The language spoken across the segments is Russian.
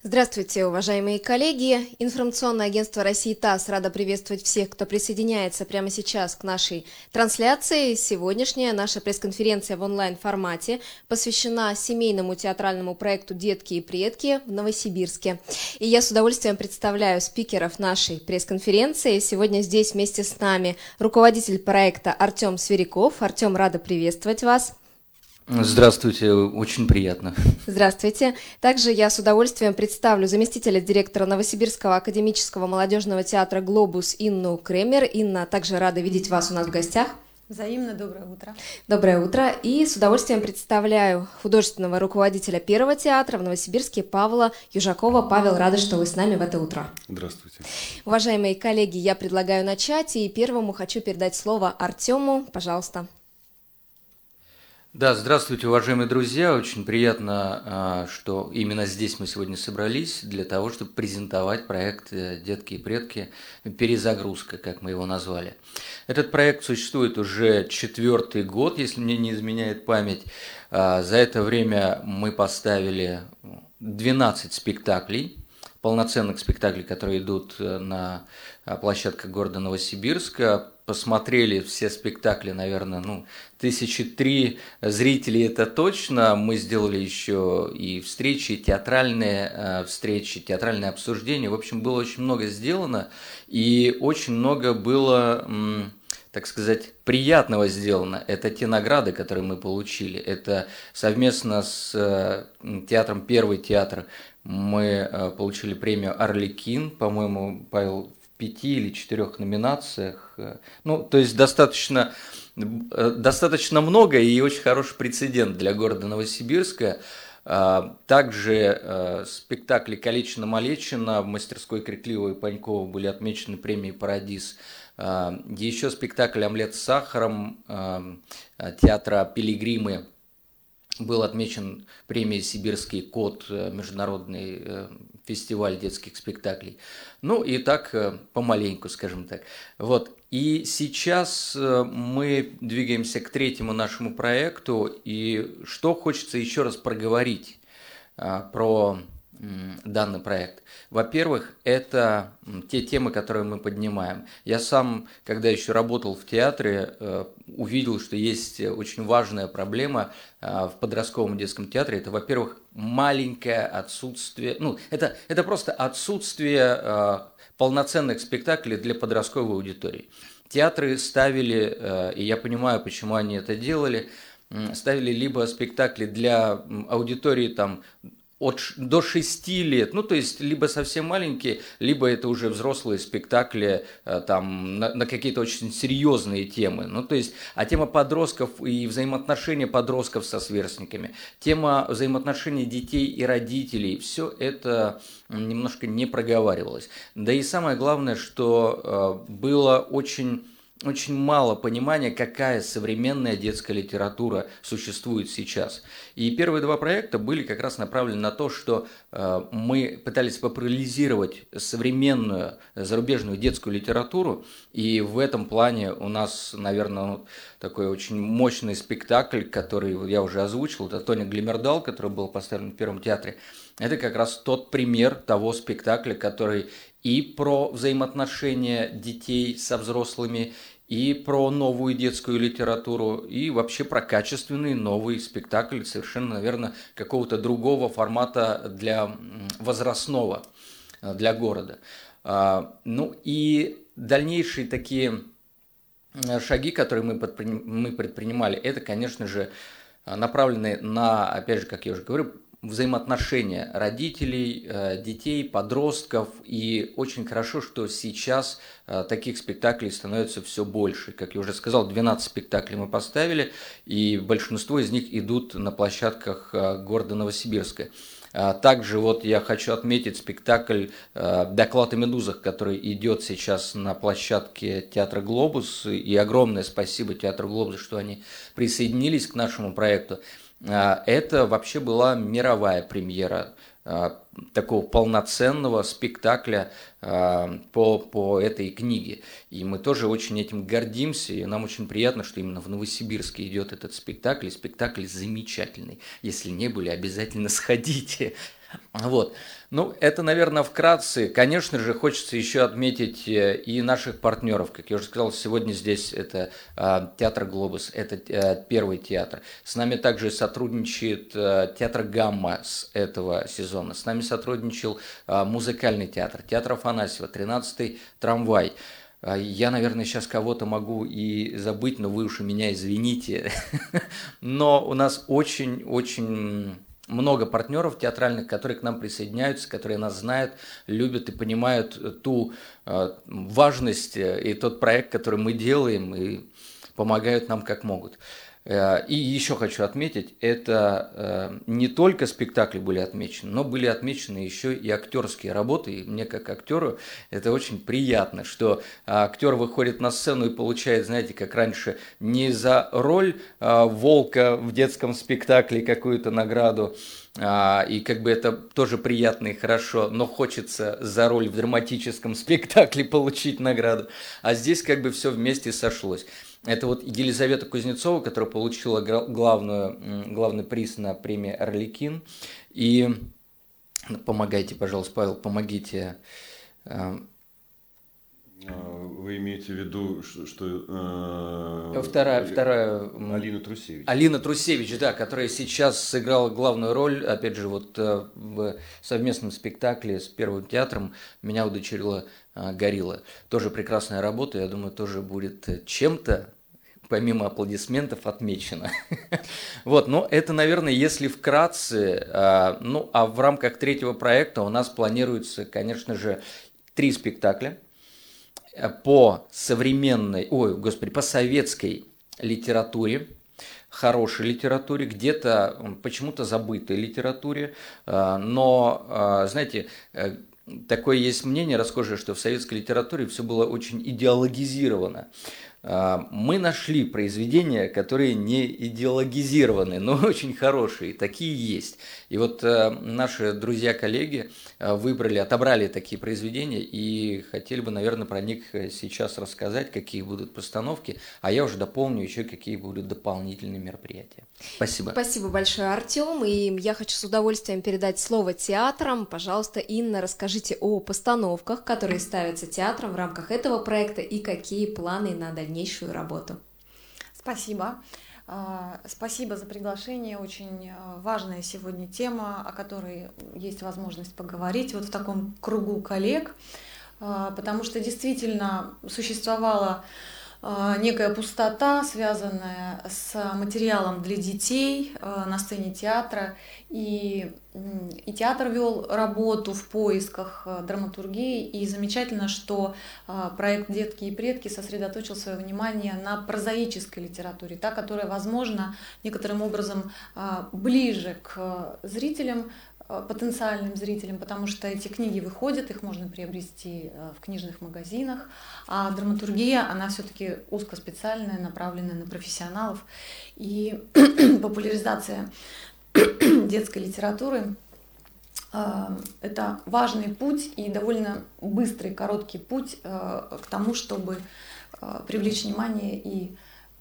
Здравствуйте, уважаемые коллеги. Информационное агентство России ТАСС рада приветствовать всех, кто присоединяется прямо сейчас к нашей трансляции. Сегодняшняя наша пресс-конференция в онлайн-формате посвящена семейному театральному проекту «Детки и предки» в Новосибирске. И я с удовольствием представляю спикеров нашей пресс-конференции. Сегодня здесь вместе с нами руководитель проекта Артем Сверяков. Артем, рада приветствовать вас. Здравствуйте, очень приятно. Здравствуйте. Также я с удовольствием представлю заместителя директора Новосибирского академического молодежного театра «Глобус» Инну Кремер. Инна, также рада видеть вас у нас в гостях. Взаимно, доброе утро. Доброе утро. И с удовольствием представляю художественного руководителя Первого театра в Новосибирске Павла Южакова. Павел, рада, что вы с нами в это утро. Здравствуйте. Уважаемые коллеги, я предлагаю начать, и первому хочу передать слово Артему. Пожалуйста. Да, здравствуйте, уважаемые друзья. Очень приятно, что именно здесь мы сегодня собрались для того, чтобы презентовать проект «Детки и предки. Перезагрузка», как мы его назвали. Этот проект существует уже 4-й год, если мне не изменяет память. За это время мы поставили 12 спектаклей, полноценных спектаклей, которые идут на площадках города Новосибирска. Посмотрели все спектакли, наверное, 1003 зрителей, это точно. Мы сделали еще и встречи, театральные встречи, театральные обсуждения. В общем, было очень много сделано, и очень много было, так сказать, приятного сделано. Это те награды, которые мы получили. Это совместно с театром «Первый театр» мы получили премию «Арлекин», по-моему, Павел, в 5 или 4 номинациях. То есть достаточно много и очень хороший прецедент для города Новосибирска. Также спектакли «Калечина-Малечина» в мастерской Крикливого и Панькова были отмечены премией «Парадис». Еще спектакль «Омлет с сахаром» театра «Пилигримы» был отмечен премией «Сибирский кот», международный фестиваль детских спектаклей. И так помаленьку, скажем так. Вот. И сейчас мы двигаемся к 3-му нашему проекту. И что хочется еще раз проговорить про данный проект. Во-первых, это те темы, которые мы поднимаем. Я сам, когда еще работал в театре, увидел, что есть очень важная проблема в подростковом детском театре. Это, во-первых, маленькое отсутствие, это просто отсутствие полноценных спектаклей для подростковой аудитории. Театры ставили, и я понимаю, почему они это делали, ставили либо спектакли для аудитории до 6 лет, то есть либо совсем маленькие, либо это уже взрослые спектакли на какие-то очень серьезные темы. А тема подростков и взаимоотношения подростков со сверстниками, тема взаимоотношений детей и родителей, все это немножко не проговаривалось. Да и самое главное, что было очень мало понимания, какая современная детская литература существует сейчас. И первые 2 проекта были как раз направлены на то, что мы пытались популяризировать современную зарубежную детскую литературу, и в этом плане у нас, наверное, такой очень мощный спектакль, который я уже озвучил, это «Тоня Глимердал», который был поставлен в Первом театре. Это как раз тот пример того спектакля, который и про взаимоотношения детей со взрослыми, и про новую детскую литературу, и вообще про качественный новый спектакль, совершенно, наверное, какого-то другого формата для возрастного, для города. И дальнейшие такие шаги, которые мы предпринимали, это, конечно же, направлены на, опять же, как я уже говорю, взаимоотношения родителей, детей, подростков. И очень хорошо, что сейчас таких спектаклей становится все больше. Как я уже сказал, 12 спектаклей мы поставили, и большинство из них идут на площадках города Новосибирска. Также я хочу отметить спектакль «Доклад о медузах», который идет сейчас на площадке театра «Глобус». И огромное спасибо театру «Глобус», что они присоединились к нашему проекту. Это вообще была мировая премьера такого полноценного спектакля по этой книге. И мы тоже очень этим гордимся, и нам очень приятно, что именно в Новосибирске идет этот спектакль, и спектакль замечательный. Если не были, обязательно сходите. Вот. Ну, это, наверное, вкратце. Конечно же, хочется еще отметить и наших партнеров. Как я уже сказал, сегодня здесь это театр «Глобус», это первый театр. С нами также сотрудничает театр «Гамма» с этого сезона. С нами сотрудничал музыкальный театр, театр Афанасьева, 13-й трамвай. Я, наверное, сейчас кого-то могу и забыть, но вы уж у меня извините. Но у нас очень-очень много партнеров театральных, которые к нам присоединяются, которые нас знают, любят и понимают ту важность и тот проект, который мы делаем, и помогают нам как могут. И еще хочу отметить, это не только спектакли были отмечены, но были отмечены еще и актерские работы. И мне как актеру это очень приятно, что актер выходит на сцену и получает, знаете, как раньше, не за роль волка в детском спектакле какую-то награду, и как бы это тоже приятно и хорошо, но хочется за роль в драматическом спектакле получить награду. А здесь как бы все вместе сошлось. Это вот Елизавета Кузнецова, которая получила главный приз на премии «Арлекин». И помогайте, пожалуйста, Павел, помогите. Вы имеете в виду, что Вторая Алина Трусевич. Алина Трусевич, да, которая сейчас сыграла главную роль, опять же, вот в совместном спектакле с Первым театром «Меня удочерила горилла». Тоже прекрасная работа, я думаю, тоже будет чем-то, помимо аплодисментов, отмечено. Вот, но это, наверное, если вкратце. Ну, а в рамках третьего проекта у нас планируется, конечно же, 3 спектакля по по советской литературе, хорошей литературе, где-то почему-то забытой литературе, но, знаете, такое есть мнение расхожее, что в советской литературе все было очень идеологизировано. Мы нашли произведения, которые не идеологизированы, но очень хорошие, такие есть. И вот наши друзья-коллеги отобрали такие произведения и хотели бы, наверное, про них сейчас рассказать, какие будут постановки, а я уже дополню еще, какие будут дополнительные мероприятия. Спасибо. Спасибо большое, Артем, и я хочу с удовольствием передать слово театрам. Пожалуйста, Инна, расскажите о постановках, которые ставятся театром в рамках этого проекта и какие планы на дальнейшую работу. Спасибо. Спасибо за приглашение. Очень важная сегодня тема, о которой есть возможность поговорить вот в таком кругу коллег, потому что действительно существовала некая пустота, связанная с материалом для детей на сцене театра, и театр вел работу в поисках драматургии, и замечательно, что проект «Детки и предки» сосредоточил свое внимание на прозаической литературе, та, которая, возможно, некоторым образом ближе к зрителям, потенциальным зрителям, потому что эти книги выходят, их можно приобрести в книжных магазинах, а драматургия, она все-таки узкоспециальная, направленная на профессионалов, и популяризация детской литературы – это важный путь и довольно быстрый, короткий путь к тому, чтобы привлечь внимание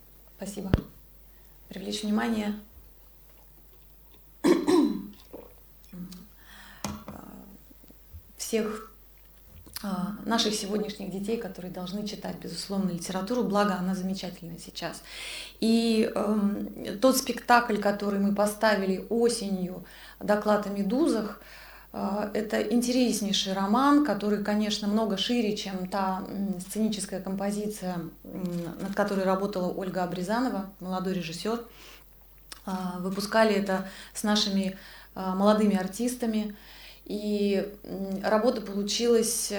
всех наших сегодняшних детей, которые должны читать, безусловно, литературу, благо она замечательная сейчас. И тот спектакль, который мы поставили осенью, «Доклад о медузах», это интереснейший роман, который, конечно, много шире, чем та сценическая композиция, над которой работала Ольга Абризанова, молодой режиссер. Выпускали это с нашими молодыми артистами. И работа получилась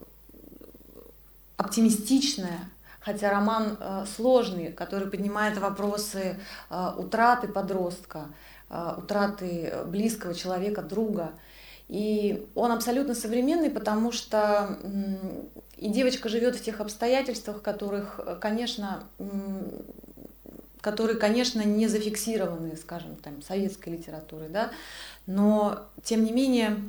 оптимистичная, хотя роман сложный, который поднимает вопросы утраты подростка, утраты близкого человека, друга. И он абсолютно современный, потому что и девочка живет в тех обстоятельствах, которые, конечно, не зафиксированы, скажем, там, советской литературой, да, но, тем не менее,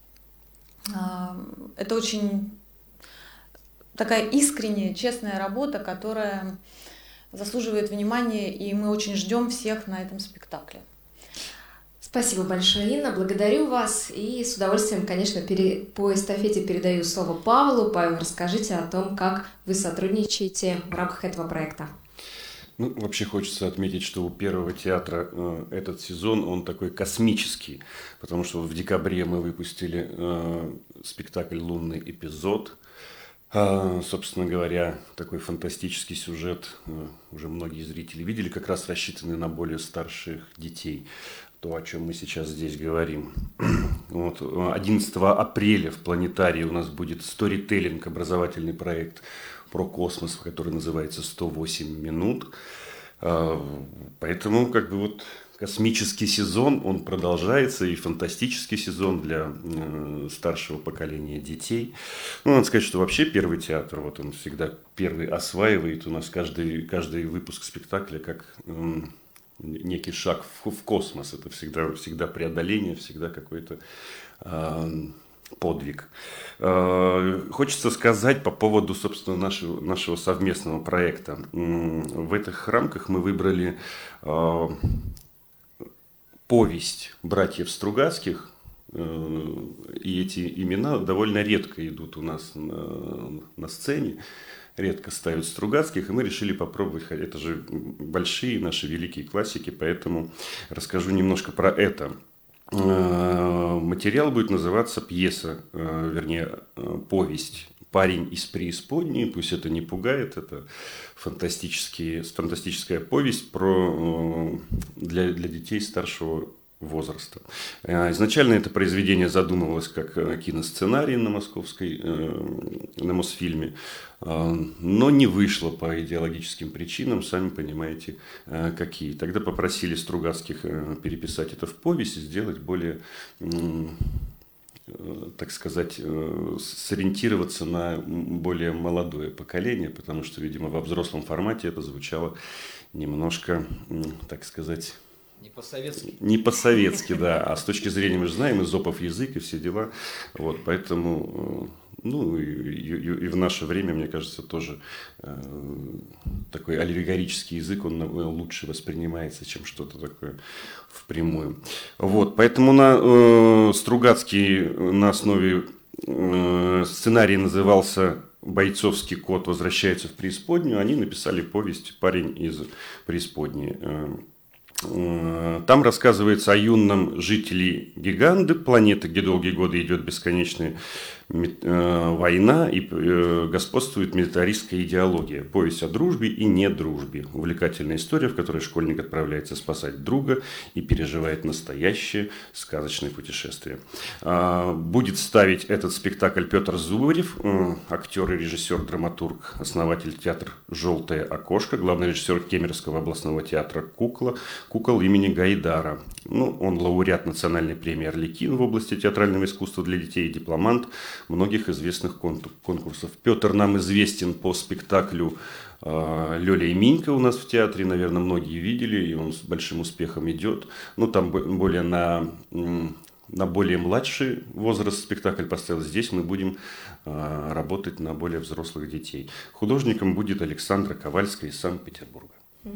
это очень такая искренняя, честная работа, которая заслуживает внимания, и мы очень ждем всех на этом спектакле. Спасибо большое, Инна. Благодарю вас. И с удовольствием, конечно, по эстафете передаю слово Павлу. Павел, расскажите о том, как вы сотрудничаете в рамках этого проекта. Ну, вообще хочется отметить, что у Первого театра этот сезон, он такой космический, потому что в декабре мы выпустили спектакль «Лунный эпизод». Собственно говоря, такой фантастический сюжет, уже многие зрители видели, как раз рассчитанный на более старших детей. То, о чем мы сейчас здесь говорим. Вот. 11 апреля в планетарии у нас будет сторителлинг, образовательный проект про космос, который называется «108 минут». Поэтому как бы вот космический сезон, он продолжается, и фантастический сезон для старшего поколения детей. Ну, надо сказать, что вообще Первый театр, вот он всегда первый осваивает у нас каждый выпуск спектакля как некий шаг в космос. Это всегда преодоление, всегда какой-то подвиг. Хочется сказать по поводу, собственно, нашего совместного проекта. В этих рамках мы выбрали повесть братьев Стругацких, и эти имена довольно редко идут у нас на сцене, редко ставят Стругацких, и мы решили попробовать, это же большие наши великие классики, поэтому расскажу немножко про это. Материал будет называться повесть «Парень из преисподней», пусть это не пугает, это фантастическая повесть для детей старшего возраста. Изначально это произведение задумывалось как киносценарий на Мосфильме, но не вышло по идеологическим причинам, сами понимаете, какие. Тогда попросили Стругацких переписать это в повесть и сделать более, так сказать, сориентироваться на более молодое поколение, потому что, видимо, во взрослом формате это звучало немножко, так сказать, не по-советски, да. А с точки зрения, мы же знаем, эзопов язык и все дела. Вот, поэтому, ну, и в наше время, мне кажется, тоже такой аллегорический язык, он лучше воспринимается, чем что-то такое впрямую. Вот, поэтому Стругацкий на основе сценария назывался «Бойцовский кот возвращается в преисподнюю». Они написали повесть «Парень из преисподней». Там рассказывается о юном жителе Гиганды, планеты, где долгие годы идет бесконечная война и господствует милитаристская идеология. Повесть о дружбе и недружбе. Увлекательная история, в которой школьник отправляется спасать друга и переживает настоящее сказочное путешествие. Будет ставить этот спектакль Петр Зубарев, актер и режиссер, драматург, основатель театра «Желтое окошко», главный режиссер Кемеровского областного театра «Кукол» имени Гайдара. Ну, он лауреат национальной премии «Арлекин» в области театрального искусства для детей и дипломант многих известных конкурсов. Петр нам известен по спектаклю «Лёля и Минька» у нас в театре, наверное, многие видели, и он с большим успехом идет. Ну, там более на более младший возраст спектакль поставил. Здесь мы будем работать на более взрослых детей. Художником будет Александра Ковальская из Санкт-Петербурга.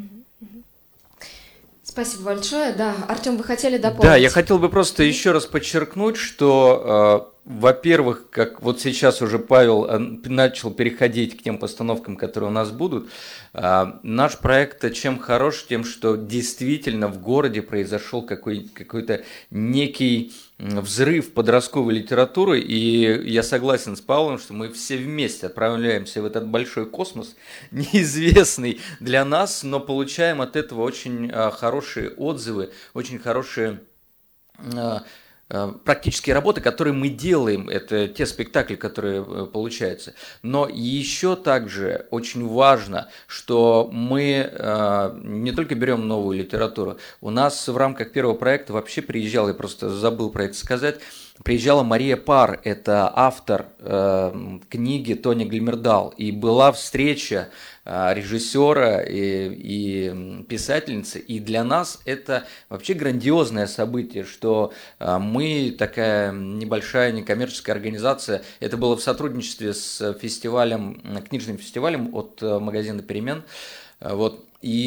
Спасибо большое. Да, Артем, вы хотели дополнить? Да, я хотел бы просто еще раз подчеркнуть, что, во-первых, как вот сейчас уже Павел начал переходить к тем постановкам, которые у нас будут, наш проект чем хорош, тем, что действительно в городе произошел какой-то некий взрыв подростковой литературы, и я согласен с Павлом, что мы все вместе отправляемся в этот большой космос, неизвестный для нас, но получаем от этого очень хорошие отзывы, очень хорошие практические работы, которые мы делаем, это те спектакли, которые получаются. Но еще также очень важно, что мы не только берем новую литературу, у нас в рамках первого проекта вообще приезжал, я просто забыл про это сказать, приезжала Мария Пар, это автор книги Тони Глимердал, и была встреча режиссера и писательницы, и для нас это вообще грандиозное событие, что мы, такая небольшая некоммерческая организация, это было в сотрудничестве с книжным фестивалем от магазина «Перемен», вот, и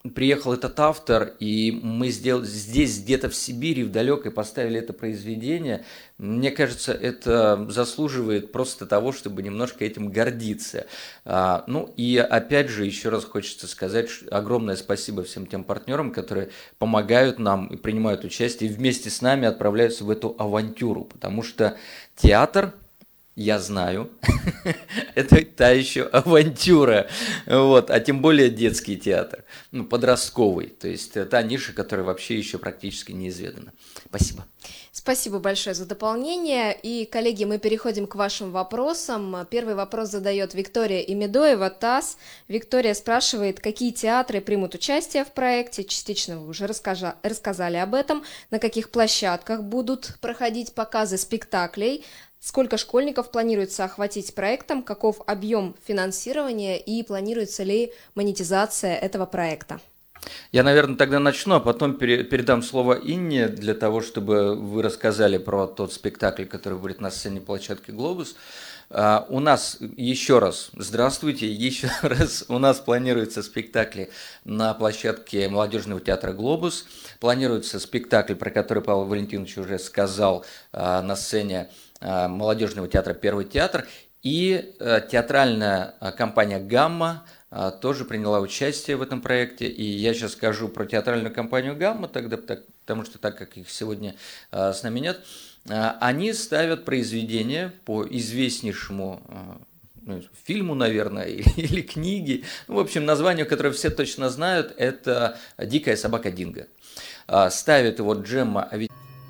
приехал этот автор, и мы сделали здесь, где-то в Сибири, в далекой, поставили это произведение, мне кажется, это заслуживает просто того, чтобы немножко этим гордиться. Ну и опять же, еще раз хочется сказать огромное спасибо всем тем партнерам, которые помогают нам и принимают участие, и вместе с нами отправляются в эту авантюру, потому что театр, я знаю, это та еще авантюра, вот, а тем более детский театр, ну, подростковый, то есть та ниша, которая вообще еще практически неизведана. Спасибо. Спасибо большое за дополнение. И, коллеги, мы переходим к вашим вопросам. Первый вопрос задает Виктория Имедоева, ТАСС. Виктория спрашивает, какие театры примут участие в проекте. Частично вы уже рассказали об этом. На каких площадках будут проходить показы спектаклей. Сколько школьников планируется охватить проектом, каков объем финансирования и планируется ли монетизация этого проекта? Я, наверное, тогда начну, а потом передам слово Инне для того, чтобы вы рассказали про тот спектакль, который будет на сцене площадки «Глобус». У нас, еще раз, здравствуйте, еще раз, у нас планируются спектакли на площадке молодежного театра «Глобус», планируется спектакль, про который Павел Валентинович уже сказал, на сцене молодежного театра «Первый театр», и театральная компания «Гамма» тоже приняла участие в этом проекте, и я сейчас скажу про театральную компанию «Гамма», тогда, потому что так как их сегодня с нами нет, они ставят произведения по известнейшему фильму, наверное, или книге, в общем, название, которое все точно знают, это «Дикая собака Динго». Ставит его Джемма Аветисян.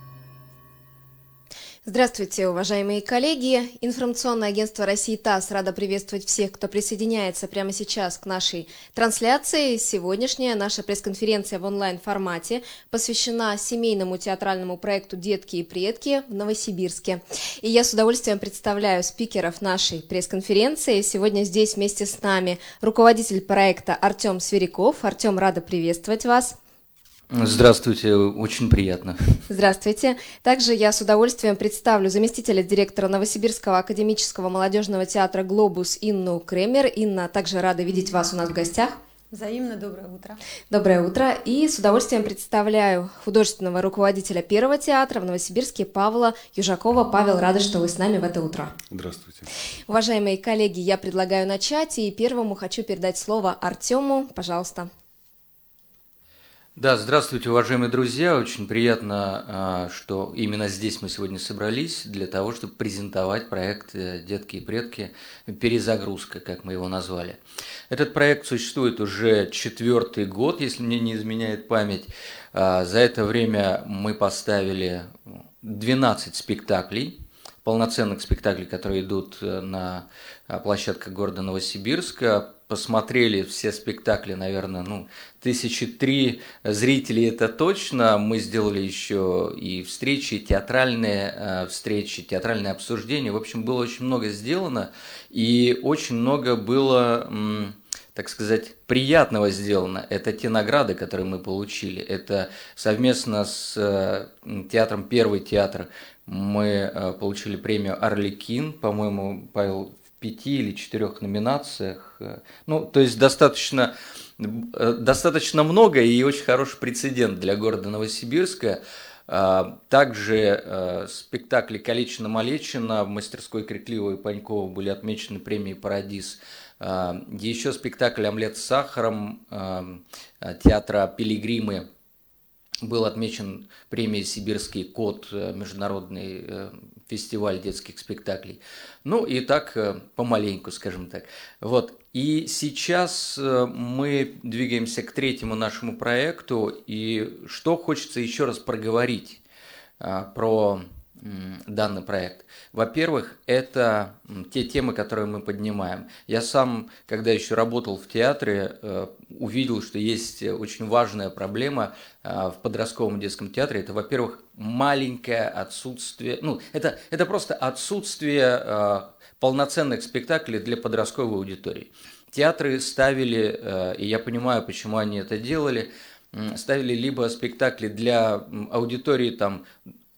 Здравствуйте, уважаемые коллеги. Информационное агентство России ТАСС рада приветствовать всех, кто присоединяется прямо сейчас к нашей трансляции. Сегодняшняя наша пресс-конференция в онлайн-формате посвящена семейному театральному проекту «Детки и предки» в Новосибирске. И я с удовольствием представляю спикеров нашей пресс-конференции. Сегодня здесь вместе с нами руководитель проекта Артем Сверяков. Артем, рада приветствовать вас. Здравствуйте, очень приятно. Здравствуйте. Также я с удовольствием представлю заместителя директора Новосибирского академического молодежного театра «Глобус» Инну Кремер. Инна, также рада видеть вас у нас в гостях. Взаимно, доброе утро. Доброе утро. И с удовольствием представляю художественного руководителя Первого театра в Новосибирске Павла Южакова. Павел, рада, что вы с нами в это утро. Здравствуйте. Уважаемые коллеги, я предлагаю начать, и первому хочу передать слово Артему. Пожалуйста. Да, здравствуйте, уважаемые друзья. Очень приятно, что именно здесь мы сегодня собрались для того, чтобы презентовать проект «Детки и предки. Перезагрузка», как мы его назвали. Этот проект существует уже 4-й год, если мне не изменяет память. За это время мы поставили 12 спектаклей, полноценных спектаклей, которые идут на площадках города Новосибирска. Посмотрели все спектакли, наверное, 1003 зрителей, это точно. Мы сделали еще и встречи, театральные встречи, театральные обсуждения. В общем, было очень много сделано, и очень много было, так сказать, приятного сделано. Это те награды, которые мы получили. Это совместно с театром «Первый театр» мы получили премию «Арлекин», по-моему, Павел, 5 или 4 номинациях. То есть достаточно много и очень хороший прецедент для города Новосибирска. Также спектакли «Калечина-Малечина» в мастерской Крикливого и Панькова были отмечены премией «Парадис». Еще спектакль «Омлет с сахаром» театра «Пилигримы» был отмечен премией «Сибирский кот», международный фестиваль детских спектаклей. И так помаленьку, скажем так. Вот. И сейчас мы двигаемся к 3-му нашему проекту. И что хочется еще раз проговорить про данный проект. Во-первых, это те темы, которые мы поднимаем. Я сам, когда еще работал в театре, увидел, что есть очень важная проблема в подростковом детском театре. Это, во-первых, маленькое отсутствие, это просто отсутствие полноценных спектаклей для подростковой аудитории. Театры ставили, и я понимаю, почему они это делали, ставили либо спектакли для аудитории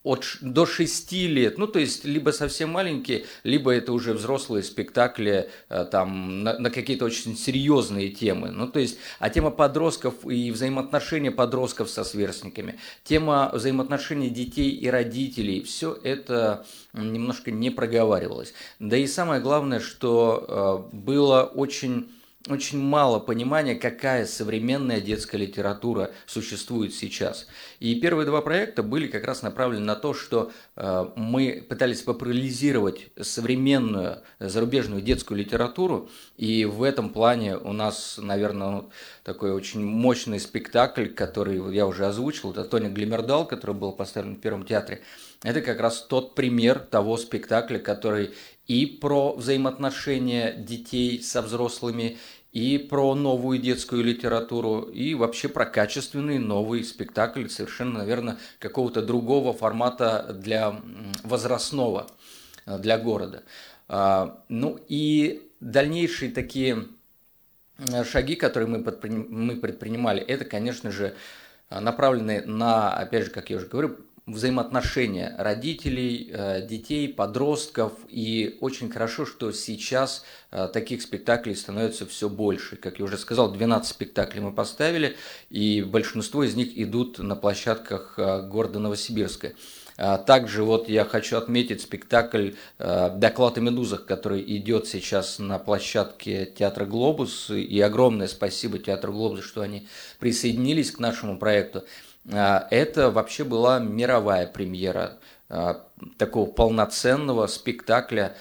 до 6 лет, ну, то есть, либо совсем маленькие, либо это уже взрослые спектакли там, на какие-то очень серьезные темы. Ну, то есть, а тема подростков и взаимоотношения подростков со сверстниками, тема взаимоотношений детей и родителей, все это немножко не проговаривалось. Да и самое главное, что было очень мало понимания, какая современная детская литература существует сейчас. И первые 2 проекта были как раз направлены на то, что мы пытались популяризировать современную зарубежную детскую литературу, и в этом плане у нас, наверное, такой очень мощный спектакль, который я уже озвучил, это «Тоня Глимердал», который был поставлен в Первом театре. Это как раз тот пример того спектакля, который и про взаимоотношения детей со взрослыми, и про новую детскую литературу, и вообще про качественный новый спектакль, совершенно, наверное, какого-то другого формата для возрастного, для города. Ну и дальнейшие такие шаги, которые мы предпринимали, это, конечно же, направлены на, опять же, как я уже говорю, взаимоотношения родителей, детей, подростков. И очень хорошо, что сейчас таких спектаклей становится все больше. Как я уже сказал, 12 спектаклей мы поставили, и большинство из них идут на площадках города Новосибирска. Также вот я хочу отметить спектакль «Доклад о медузах», который идет сейчас на площадке Театра «Глобус». И огромное спасибо Театру «Глобус», что они присоединились к нашему проекту. Это вообще была мировая премьера такого полноценного спектакля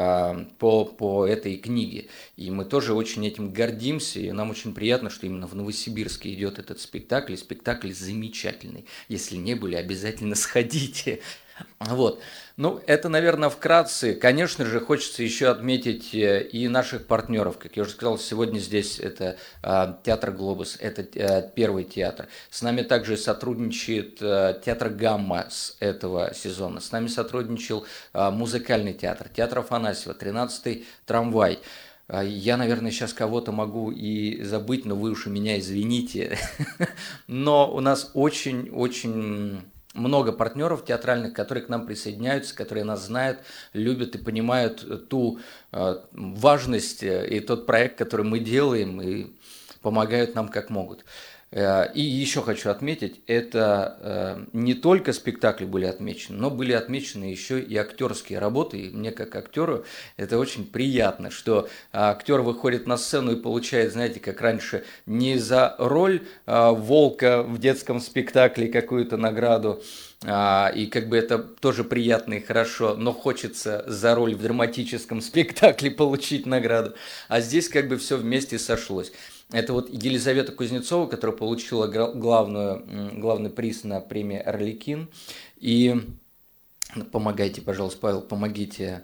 по этой книге. И мы тоже очень этим гордимся, и нам очень приятно, что именно в Новосибирске идет этот спектакль, и спектакль замечательный. Если не были, обязательно сходите. Вот. Ну, это, наверное, вкратце. Конечно же, хочется еще отметить и наших партнеров. Как я уже сказал, сегодня здесь это Театр «Глобус», это Первый театр. С нами также сотрудничает Театр «Гамма» с этого сезона. С нами сотрудничал Музыкальный театр, Театр Афанасьева, 13-й трамвай. Я, наверное, сейчас кого-то могу и забыть, но вы уж у меня извините. Но у нас очень много партнеров театральных, которые к нам присоединяются, которые нас знают, любят и понимают ту важность и тот проект, который мы делаем, и помогают нам как могут. И еще хочу отметить, это не только спектакли были отмечены, но были отмечены еще и актерские работы. И мне как актеру это очень приятно, что актер выходит на сцену и получает, знаете, как раньше, не за роль волка в детском спектакле какую-то награду, и как бы это тоже приятно и хорошо, но хочется за роль в драматическом спектакле получить награду. А здесь как бы все вместе сошлось. Это вот Елизавета Кузнецова, которая получила главный приз на премии «Арлекин». И помогайте, пожалуйста, Павел, помогите.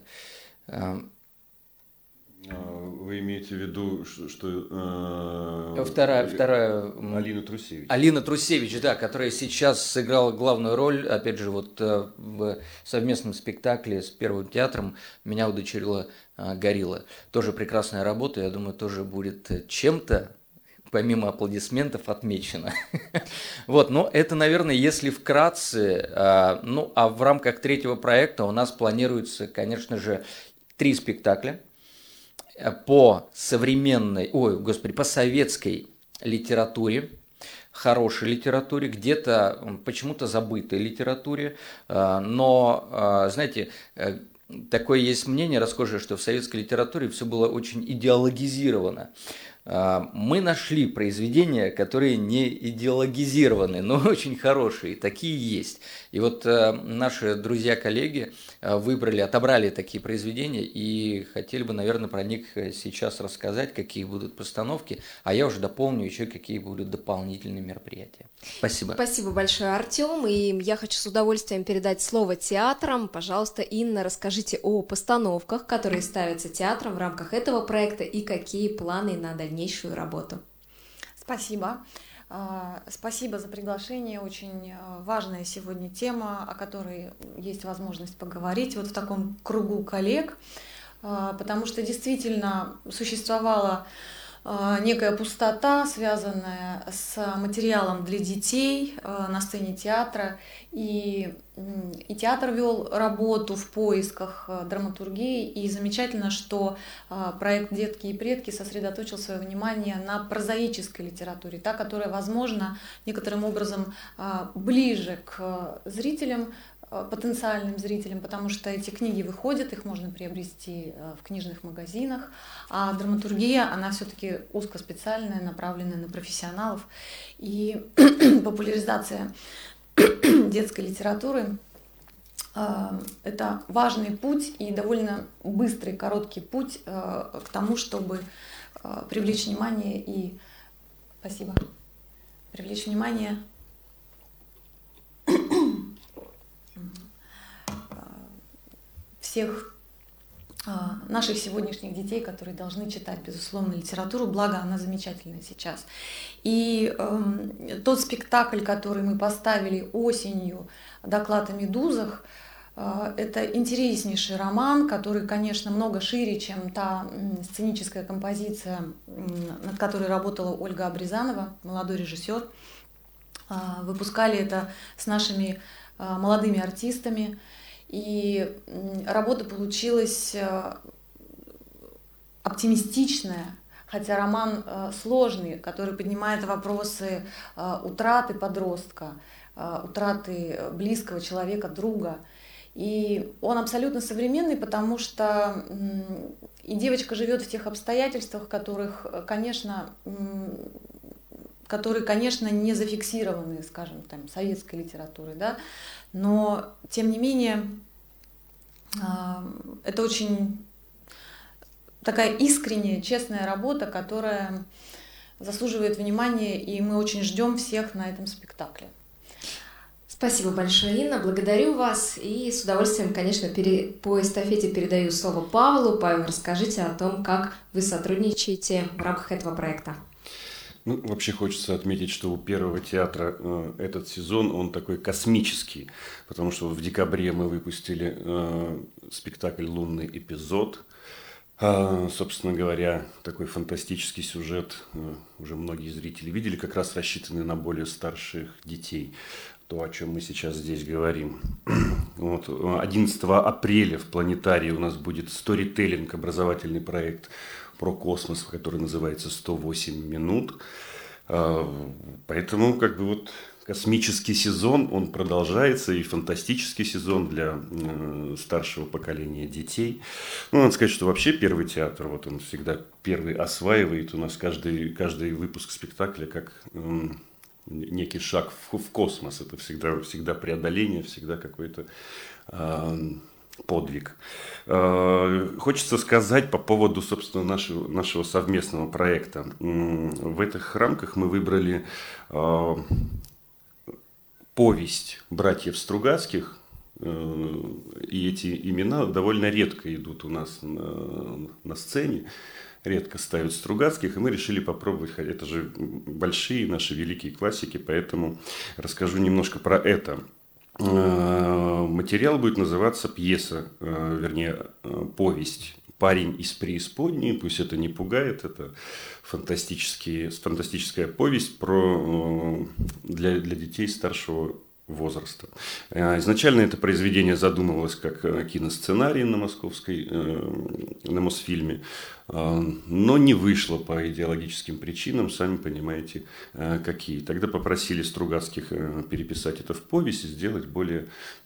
Вы имеете в виду, что... Вторая... Алина Трусевич. Алина Трусевич, да, которая сейчас сыграла главную роль, опять же, вот в совместном спектакле с Первым театром «Меня удочерила горилла». Тоже прекрасная работа, я думаю, тоже будет чем-то, помимо аплодисментов, отмечено. Вот, но это, наверное, если вкратце. Ну, а в рамках 3-го проекта у нас планируется, конечно же, 3 спектакля по по советской литературе, хорошей литературе, где-то почему-то забытой литературе, но, знаете, такое есть мнение расхожее, что в советской литературе все было очень идеологизировано. Мы нашли произведения, которые не идеологизированы, но очень хорошие, такие есть. И вот наши друзья-коллеги отобрали такие произведения и хотели бы, наверное, про них сейчас рассказать, какие будут постановки, а я уже дополню еще, какие будут дополнительные мероприятия. Спасибо. Спасибо большое, Артем, и я хочу с удовольствием передать слово театрам. Пожалуйста, Инна, расскажите о постановках, которые ставятся театром в рамках этого проекта, и какие планы на дальнейшую работу. Спасибо. Спасибо за приглашение. Очень важная сегодня тема, о которой есть возможность поговорить вот в таком кругу коллег, потому что действительно существовало некая пустота, связанная с материалом для детей на сцене театра. И театр вел работу в поисках драматургии. И замечательно, что проект «Детки и предки» сосредоточил свое внимание на прозаической литературе, та, которая, возможно, некоторым образом ближе к зрителям, потенциальным зрителям, потому что эти книги выходят, их можно приобрести в книжных магазинах, а драматургия, она все-таки узкоспециальная, направленная на профессионалов, и популяризация детской литературы – это важный путь и довольно быстрый, короткий путь к тому, чтобы привлечь внимание и… Спасибо. Привлечь внимание всех наших сегодняшних детей, которые должны читать, безусловно, литературу, благо она замечательная сейчас. И тот спектакль, который мы поставили осенью, «Доклад о медузах», это интереснейший роман, который, конечно, много шире, чем та сценическая композиция, над которой работала Ольга Абризанова, молодой режиссер. Выпускали это с нашими молодыми артистами. И работа получилась оптимистичная, хотя роман сложный, который поднимает вопросы утраты подростка, утраты близкого человека, друга. И он абсолютно современный, потому что и девочка живет в тех обстоятельствах, которые, конечно, не зафиксированы, скажем, там, советской литературой, да? Но, тем не менее, это очень такая искренняя, честная работа, которая заслуживает внимания, и мы очень ждем всех на этом спектакле. Спасибо большое, Инна, благодарю вас, и с удовольствием, конечно, по эстафете передаю слово Павлу. Павел, расскажите о том, как вы сотрудничаете в рамках этого проекта. Ну, вообще хочется отметить, что у Первого театра этот сезон, он такой космический, потому что в декабре мы выпустили спектакль «Лунный эпизод». Собственно говоря, такой фантастический сюжет, уже многие зрители видели, как раз рассчитанный на более старших детей. То, о чем мы сейчас здесь говорим. Вот. 11 апреля в планетарии у нас будет сторителлинг, образовательный проект про космос, который называется «108 минут». Поэтому как бы вот космический сезон, он продолжается, и фантастический сезон для старшего поколения детей. Ну, надо сказать, что вообще Первый театр, вот он всегда первый осваивает у нас каждый выпуск спектакля как некий шаг в космос. Это всегда преодоление, всегда какой-то подвиг. Хочется сказать по поводу, собственно, нашего совместного проекта. В этих рамках мы выбрали повесть братьев Стругацких, и эти имена довольно редко идут у нас на сцене, редко ставят Стругацких, и мы решили попробовать, это же большие наши великие классики, поэтому расскажу немножко про это. Материал будет называться повесть «Парень из преисподней». Пусть это не пугает, это фантастическая повесть для детей старшего возраста. Изначально это произведение задумывалось как киносценарий на Мосфильме, но не вышло по идеологическим причинам, сами понимаете, какие. Тогда попросили Стругацких переписать это в повесть и сделать более,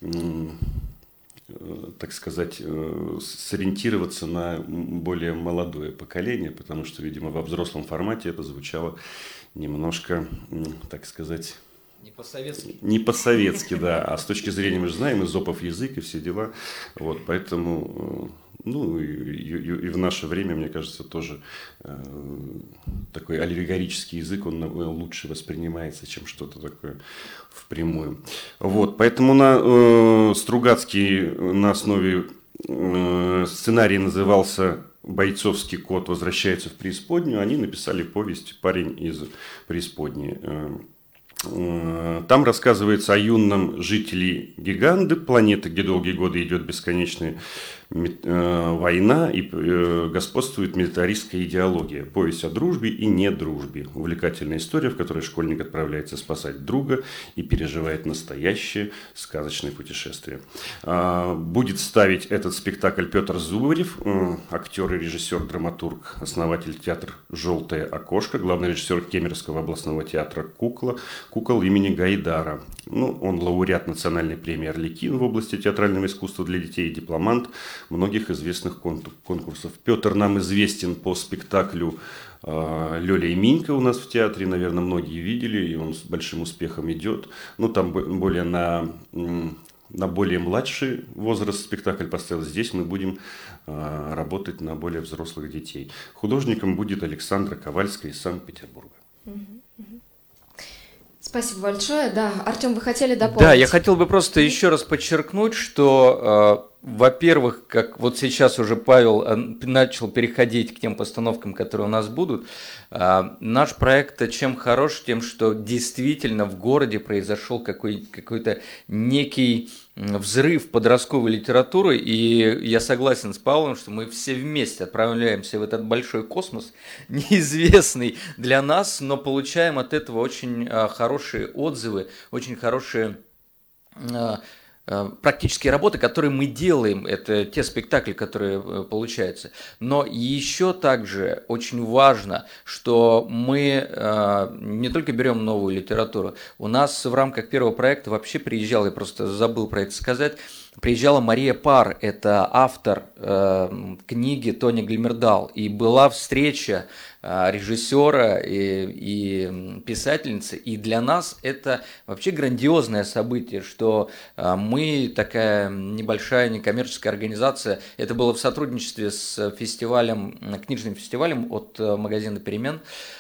так сказать, сориентироваться на более молодое поколение, потому что, видимо, во взрослом формате это звучало немножко, так сказать, не по-советски, да. А с точки зрения, мы же знаем, эзопов язык и все дела. Вот, поэтому, ну, и в наше время, мне кажется, тоже такой аллегорический язык, он лучше воспринимается, чем что-то такое впрямую. Вот, поэтому Стругацкий на основе сценария назывался «Бойцовский кот возвращается в преисподнюю». Они написали повесть «Парень из преисподней». Там рассказывается о юном жителе Гиганды, планеты, где долгие годы идет бесконечная война и господствует милитаристская идеология. Повесть о дружбе и недружбе. Увлекательная история, в которой школьник отправляется спасать друга и переживает настоящее сказочное путешествие. Будет ставить этот спектакль Петр Зубарев, актер и режиссер, драматург, основатель театра «Желтое окошко», главный режиссер Кемеровского областного театра «Кукол» имени Гайдара. Он лауреат национальной премии «Арлекин» в области театрального искусства для детей и дипломант многих известных конкурсов. Петр нам известен по спектаклю «Лёля и Минька» у нас в театре, наверное, многие видели, и он с большим успехом идет. Там более на более младший возраст спектакль поставил. Здесь мы будем работать на более взрослых детей. Художником будет Александра Ковальская из Санкт-Петербурга. Спасибо большое. Да, Артем, вы хотели дополнить? Да, я хотел бы просто еще раз подчеркнуть, что, во-первых, как вот сейчас уже Павел начал переходить к тем постановкам, которые у нас будут, наш проект чем хорош, тем, что действительно в городе произошел какой-то некий взрыв подростковой литературы, и я согласен с Павлом, что мы все вместе отправляемся в этот большой космос, неизвестный для нас, но получаем от этого очень хорошие отзывы, очень хорошие практические работы, которые мы делаем, это те спектакли, которые получаются. Но еще также очень важно, что мы не только берем новую литературу. У нас в рамках первого проекта вообще приезжал, я просто забыл про это сказать, приезжала Мария Пар, это автор книги Тони Глимердал, и была встреча режиссера и писательницы, и для нас это вообще грандиозное событие, что мы, такая небольшая некоммерческая организация, это было в сотрудничестве с фестивалем, книжным фестивалем от магазина «Перемен»,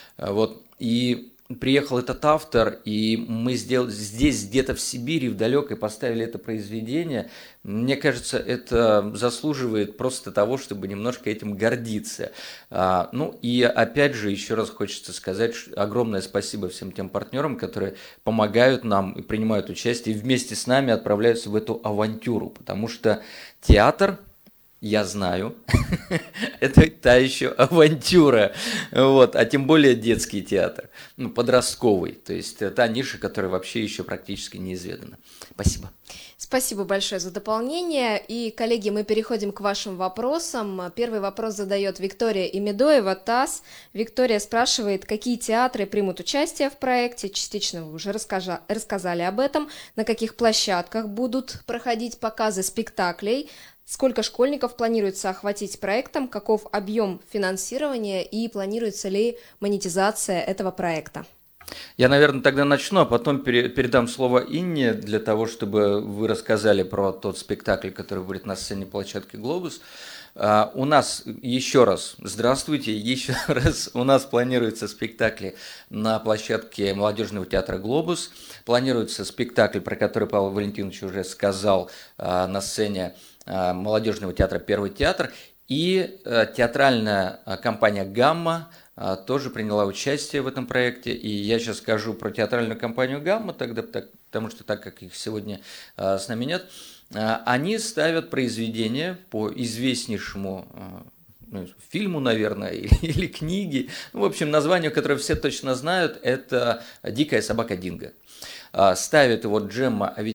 и приехал этот автор, и мы сделали здесь, где-то в Сибири, в далекой, поставили это произведение. Мне кажется, это заслуживает просто того, чтобы немножко этим гордиться. И опять же, еще раз хочется сказать огромное спасибо всем тем партнерам, которые помогают нам и принимают участие, и вместе с нами отправляются в эту авантюру, потому что театр, я знаю, это та еще авантюра, а тем более детский театр, подростковый, то есть та ниша, которая вообще еще практически неизведана. Спасибо. Спасибо большое за дополнение. И, коллеги, мы переходим к вашим вопросам. Первый вопрос задает Виктория Имедоева, ТАСС. Виктория спрашивает, какие театры примут участие в проекте. Частично вы уже рассказали об этом. На каких площадках будут проходить показы спектаклей. Сколько школьников планируется охватить проектом, каков объем финансирования и планируется ли монетизация этого проекта? Я, наверное, тогда начну, а потом передам слово Инне для того, чтобы вы рассказали про тот спектакль, который будет на сцене площадки «Глобус». У нас, еще раз, здравствуйте, еще раз, у нас планируются спектакли на площадке молодежного театра «Глобус», планируется спектакль, про который Павел Валентинович уже сказал, на сцене молодежного театра «Первый театр», и театральная компания «Гамма» тоже приняла участие в этом проекте, и я сейчас скажу про театральную компанию «Гамма», потому что так как их сегодня с нами нет, они ставят произведения по известнейшему фильму, наверное, или книге, в общем, название, которое все точно знают, это «Дикая собака Динго». Ставит его Джемма